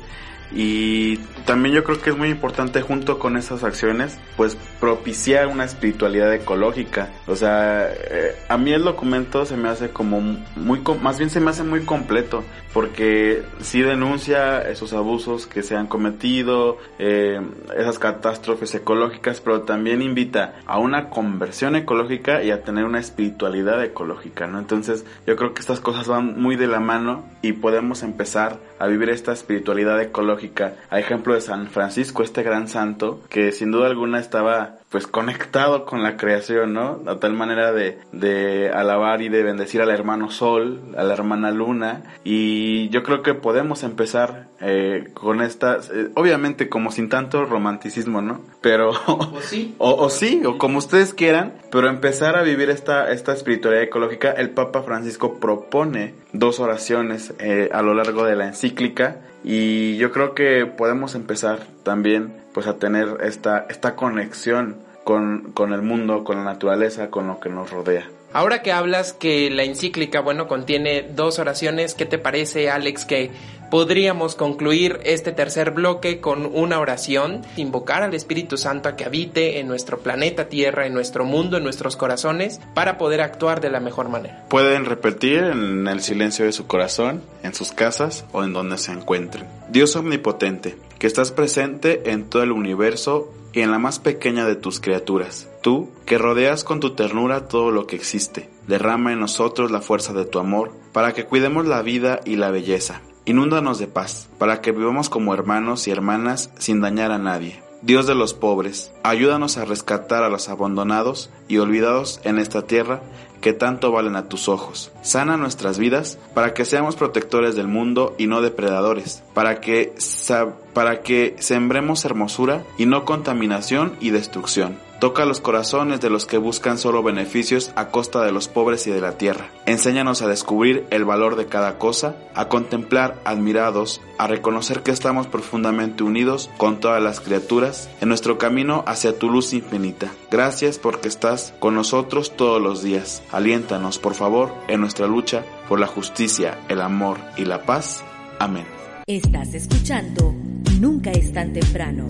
Y también yo creo que es muy importante, junto con esas acciones, pues propiciar una espiritualidad ecológica. O sea, eh, a mí el documento se me hace como muy, más bien se me hace muy completo, porque sí denuncia esos abusos que se han cometido, eh, esas catástrofes ecológicas, pero también invita a una conversión ecológica y a tener una espiritualidad ecológica, ¿no? Entonces yo creo que estas cosas van muy de la mano y podemos empezar a vivir esta espiritualidad ecológica. A ejemplo de San Francisco, este gran santo, que sin duda alguna estaba pues conectado con la creación, ¿no? A tal manera de, de alabar y de bendecir al hermano Sol, a la hermana Luna, y yo creo que podemos empezar eh, con estas, eh, obviamente como sin tanto romanticismo, ¿no? Pero, o sí, o, o sí, o como ustedes quieran, pero empezar a vivir esta, esta espiritualidad ecológica. El Papa Francisco propone dos oraciones eh, a lo largo de la encíclica, y yo creo que podemos empezar también pues a tener esta, esta conexión con, con el mundo, con la naturaleza, con lo que nos rodea. Ahora que hablas que la encíclica, bueno, contiene dos oraciones, ¿qué te parece, Alex, que podríamos concluir este tercer bloque con una oración, invocar al Espíritu Santo a que habite en nuestro planeta Tierra, en nuestro mundo, en nuestros corazones, para poder actuar de la mejor manera? Pueden repetir en el silencio de su corazón, en sus casas o en donde se encuentren. Dios omnipotente, que estás presente en todo el universo y en la más pequeña de tus criaturas. Tú, que rodeas con tu ternura todo lo que existe, derrama en nosotros la fuerza de tu amor, para que cuidemos la vida y la belleza. Inúndanos de paz, para que vivamos como hermanos y hermanas sin dañar a nadie. Dios de los pobres, ayúdanos a rescatar a los abandonados y olvidados en esta tierra que tanto valen a tus ojos. Sana nuestras vidas para que seamos protectores del mundo y no depredadores, para que, para que sembremos hermosura y no contaminación y destrucción. Toca los corazones de los que buscan solo beneficios a costa de los pobres y de la tierra. Enséñanos a descubrir el valor de cada cosa, a contemplar admirados, a reconocer que estamos profundamente unidos con todas las criaturas en nuestro camino hacia tu luz infinita. Gracias porque estás con nosotros todos los días. Aliéntanos, por favor, en nuestra lucha por la justicia, el amor y la paz. Amén. Estás escuchando Nunca es tan temprano.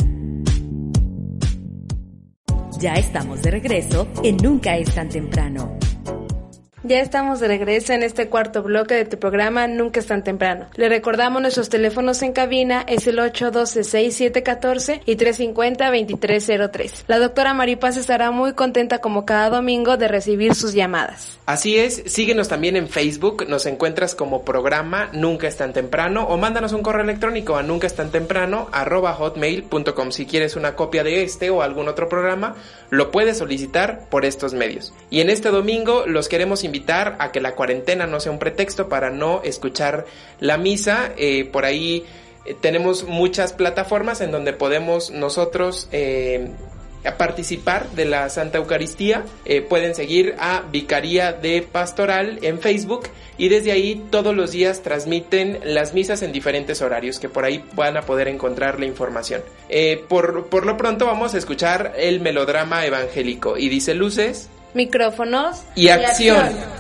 Ya estamos de regreso en Nunca es tan temprano. Ya estamos de regreso en este cuarto bloque de tu programa Nunca es tan temprano. Le recordamos nuestros teléfonos en cabina, es el ocho uno dos, seis siete uno cuatro y tres cinco cero, dos tres cero tres. La doctora Maripaz estará muy contenta como cada domingo de recibir sus llamadas. Así es, síguenos también en Facebook, nos encuentras como programa Nunca es tan temprano, o mándanos un correo electrónico a nunca es tan temprano arroba hotmail punto com. Si quieres una copia de este o algún otro programa, lo puedes solicitar por estos medios. Y en este domingo los queremos invitar invitar a que la cuarentena no sea un pretexto para no escuchar la misa. Eh, por ahí eh, tenemos muchas plataformas en donde podemos nosotros eh, participar de la Santa Eucaristía. Eh, pueden seguir a Vicaría de Pastoral en Facebook y desde ahí todos los días transmiten las misas en diferentes horarios, que por ahí van a poder encontrar la información. Eh, por, por lo pronto vamos a escuchar el melodrama evangélico y dice: luces, micrófonos y acción. Y acción.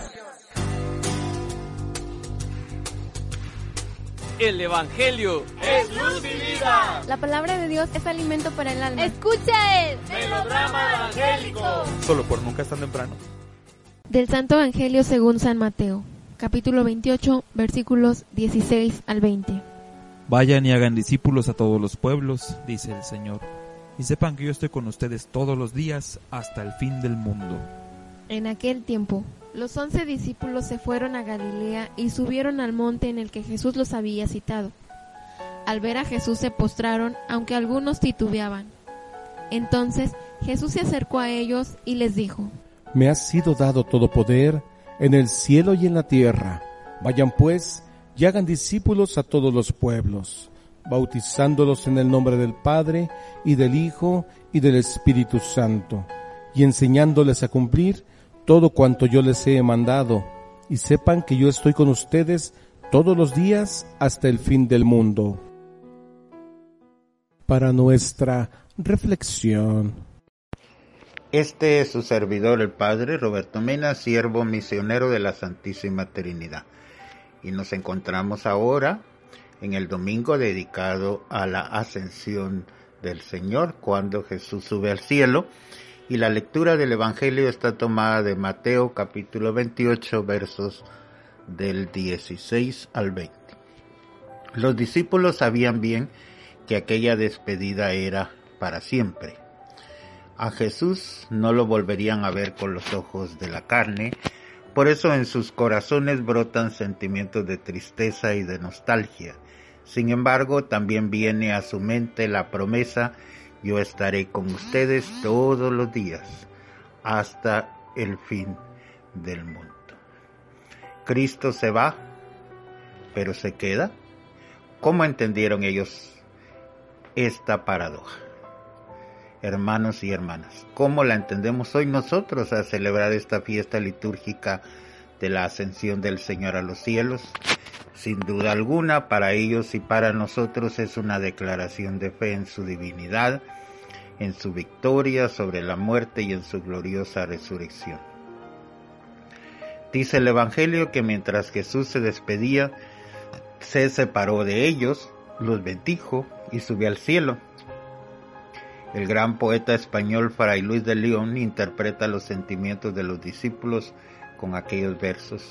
El Evangelio es luz y vida. La palabra de Dios es alimento para el alma. Escucha el melodrama evangélico. Solo por Nunca es tan temprano. Del Santo Evangelio según San Mateo, capítulo veintiocho, versículos dieciséis al veinte. Vayan y hagan discípulos a todos los pueblos, dice el Señor, y sepan que yo estoy con ustedes todos los días hasta el fin del mundo. En aquel tiempo, los once discípulos se fueron a Galilea y subieron al monte en el que Jesús los había citado. Al ver a Jesús se postraron, aunque algunos titubeaban. Entonces Jesús se acercó a ellos y les dijo: Me ha sido dado todo poder en el cielo y en la tierra. Vayan pues y hagan discípulos a todos los pueblos, bautizándolos en el nombre del Padre y del Hijo y del Espíritu Santo, y enseñándoles a cumplir todo cuanto yo les he mandado, y sepan que yo estoy con ustedes todos los días hasta el fin del mundo. Para nuestra reflexión. Este es su servidor, el Padre Roberto Mena, siervo misionero de la Santísima Trinidad. Y nos encontramos ahora en el domingo dedicado a la ascensión del Señor, cuando Jesús sube al cielo. Y la lectura del Evangelio está tomada de Mateo capítulo veintiocho, versos del dieciséis al veinte. Los discípulos sabían bien que aquella despedida era para siempre. A Jesús no lo volverían a ver con los ojos de la carne, por eso en sus corazones brotan sentimientos de tristeza y de nostalgia. Sin embargo, también viene a su mente la promesa: yo estaré con ustedes todos los días, hasta el fin del mundo. Cristo se va, pero se queda. ¿Cómo entendieron ellos esta paradoja? Hermanos y hermanas, ¿cómo la entendemos hoy nosotros a celebrar esta fiesta litúrgica de la ascensión del Señor a los cielos? Sin duda alguna, para ellos y para nosotros es una declaración de fe en su divinidad, en su victoria sobre la muerte y en su gloriosa resurrección. Dice el Evangelio que mientras Jesús se despedía, se separó de ellos, los bendijo y subió al cielo. El gran poeta español Fray Luis de León interpreta los sentimientos de los discípulos con aquellos versos.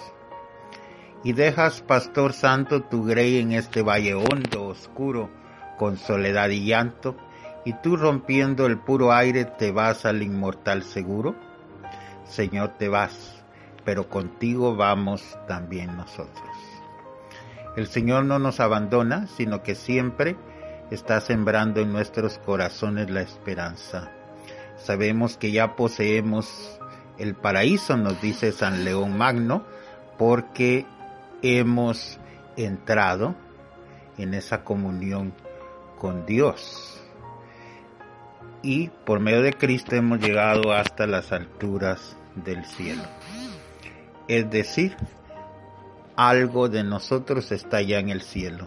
Y dejas, pastor santo, tu grey en este valle hondo, oscuro, con soledad y llanto, y tú rompiendo el puro aire te vas al inmortal seguro. Señor, te vas, pero contigo vamos también nosotros. El Señor no nos abandona, sino que siempre está sembrando en nuestros corazones la esperanza. Sabemos que ya poseemos el paraíso, nos dice San León Magno, porque hemos entrado en esa comunión con Dios. Y por medio de Cristo hemos llegado hasta las alturas del cielo. Es decir, algo de nosotros está ya en el cielo.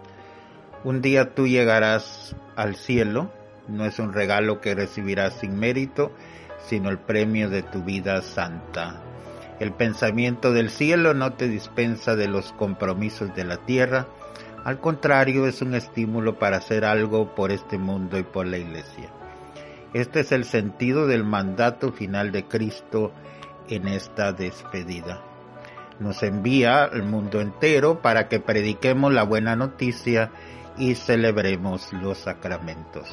Un día tú llegarás al cielo, no es un regalo que recibirás sin mérito, sino el premio de tu vida santa. El pensamiento del cielo no te dispensa de los compromisos de la tierra, al contrario, es un estímulo para hacer algo por este mundo y por la Iglesia. Este es el sentido del mandato final de Cristo en esta despedida. Nos envía al mundo entero para que prediquemos la buena noticia y celebremos los sacramentos.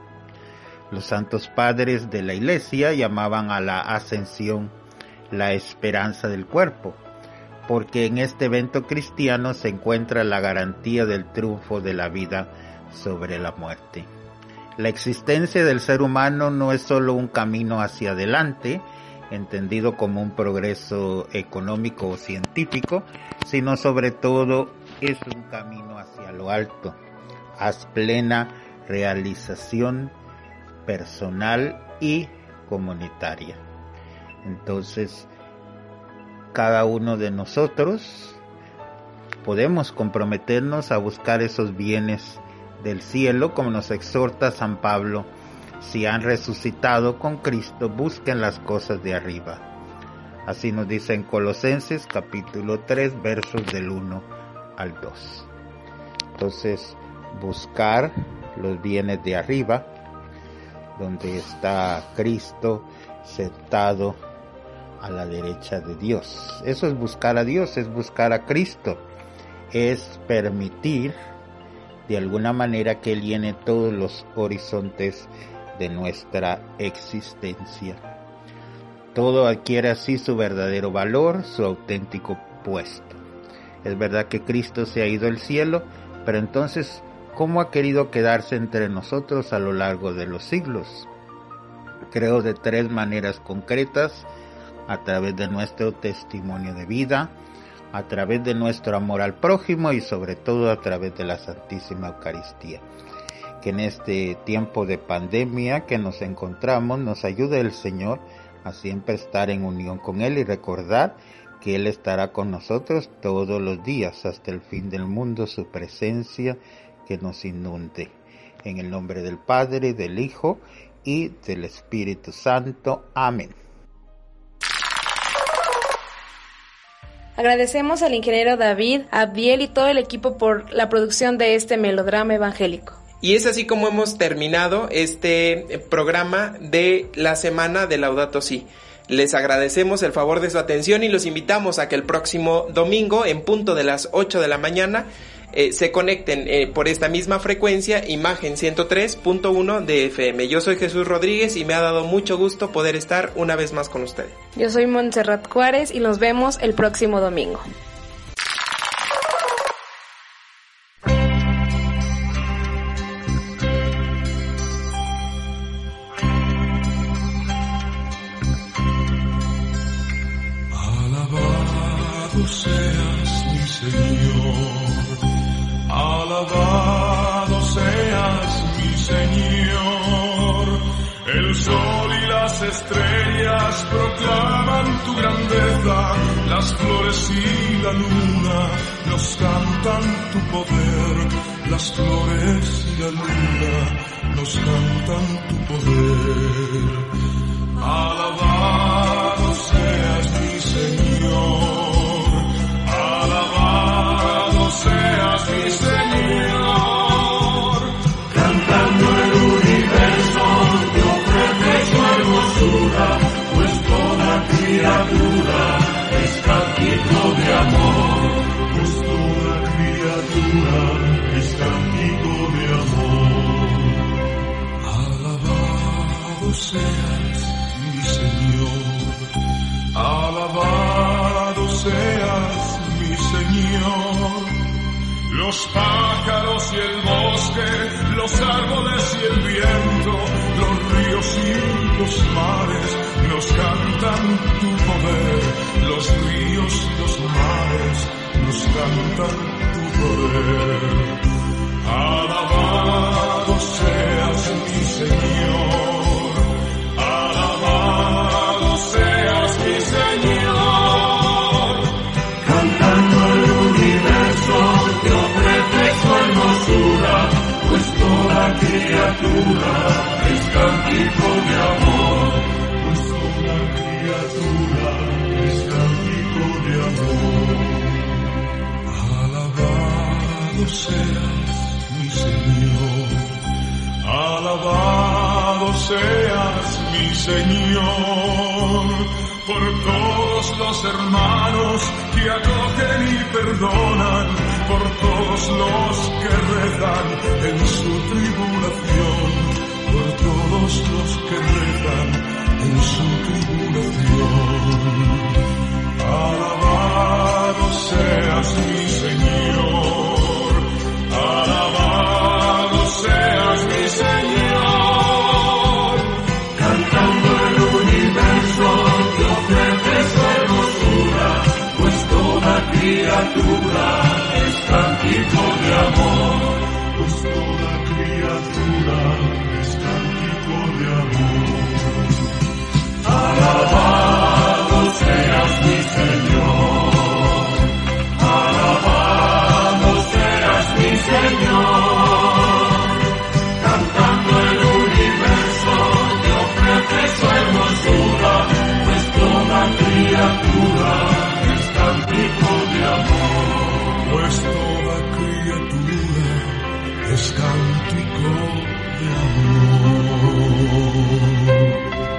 Los santos padres de la Iglesia llamaban a la ascensión la esperanza del cuerpo, porque en este evento cristiano se encuentra la garantía del triunfo de la vida sobre la muerte. La existencia del ser humano no es solo un camino hacia adelante, entendido como un progreso económico o científico, sino sobre todo es un camino hacia lo alto, hacia plena realización personal y comunitaria. Entonces, cada uno de nosotros podemos comprometernos a buscar esos bienes del cielo, como nos exhorta San Pablo: si han resucitado con Cristo, busquen las cosas de arriba. Así nos dice en Colosenses capítulo tres, versos del uno al dos. Entonces, buscar los bienes de arriba, donde está Cristo sentado a la derecha de Dios. Eso es buscar a Dios, es buscar a Cristo, es permitir de alguna manera que Él llene todos los horizontes de nuestra existencia. Todo adquiere así su verdadero valor, su auténtico puesto. Es verdad que Cristo se ha ido al cielo, pero entonces, ¿cómo ha querido quedarse entre nosotros a lo largo de los siglos? Creo de tres maneras concretas: a través de nuestro testimonio de vida, a través de nuestro amor al prójimo y sobre todo a través de la Santísima Eucaristía. Que en este tiempo de pandemia que nos encontramos nos ayude el Señor a siempre estar en unión con Él y recordar que Él estará con nosotros todos los días hasta el fin del mundo, su presencia que nos inunde. En el nombre del Padre, del Hijo y del Espíritu Santo. Amén. Agradecemos al ingeniero David, a Abdiel y todo el equipo por la producción de este melodrama evangélico. Y es así como hemos terminado este programa de la semana de Laudato Si. Les agradecemos el favor de su atención y los invitamos a que el próximo domingo, en punto de las ocho de la mañana, eh, se conecten eh, por esta misma frecuencia, Imagen ciento tres punto uno de F M. Yo soy Jesús Rodríguez y me ha dado mucho gusto poder estar una vez más con ustedes. Yo soy Montserrat Juárez y nos vemos el próximo domingo. Alabado seas mi Señor, alabado seas mi Señor. El sol y las estrellas proclaman tu grandeza, las flores y la luna nos cantan tu poder, las flores y la luna nos cantan tu poder. Alabado seas mi Señor, alabado seas mi Señor. Cantando el universo te ofrece su hermosura, pues toda criatura es cántico de amor, pues toda criatura es cántico de amor. Alabado seas mi Señor, alabado seas mi Señor. Los pájaros y el bosque, los árboles y el viento, los ríos y los mares nos cantan tu poder, los ríos y los mares nos cantan tu poder. Alabado seas mi Señor, alabado seas mi Señor. Cantando el universo te ofrece su hermosura, pues toda criatura es cántico de amor, pues toda criatura es cántico de amor. Alabado seas mi Señor, alabado seas mi Señor, por todos los hermanos que acogen y perdonan, por todos los que rezan en su tribulación, por todos los que rezan en su tribulación. Alabado seas mi Señor, alabado seas mi Señor. Cantando el universo te ofrece su hermosura, pues toda criatura es cántico de amor, pues toda criatura es cántico de amor. Alabado seas mi Señor, alabado seas mi Señor. Cantando el universo te ofrece su hermosura, pues toda criatura es cántico de amor, pues toda criatura es cántico de amor.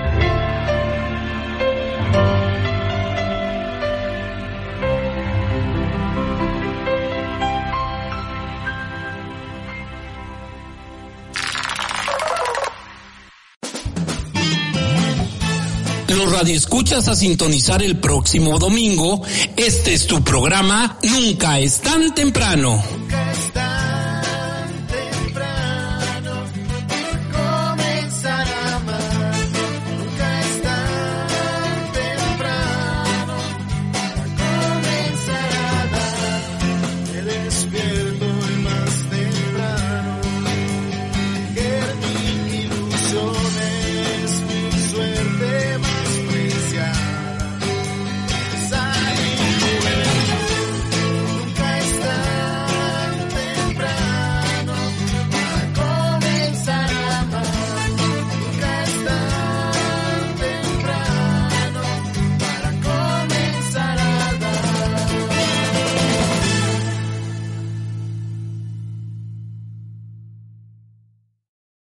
Los radioescuchas a sintonizar el próximo domingo. Este es tu programa Nunca es tan temprano.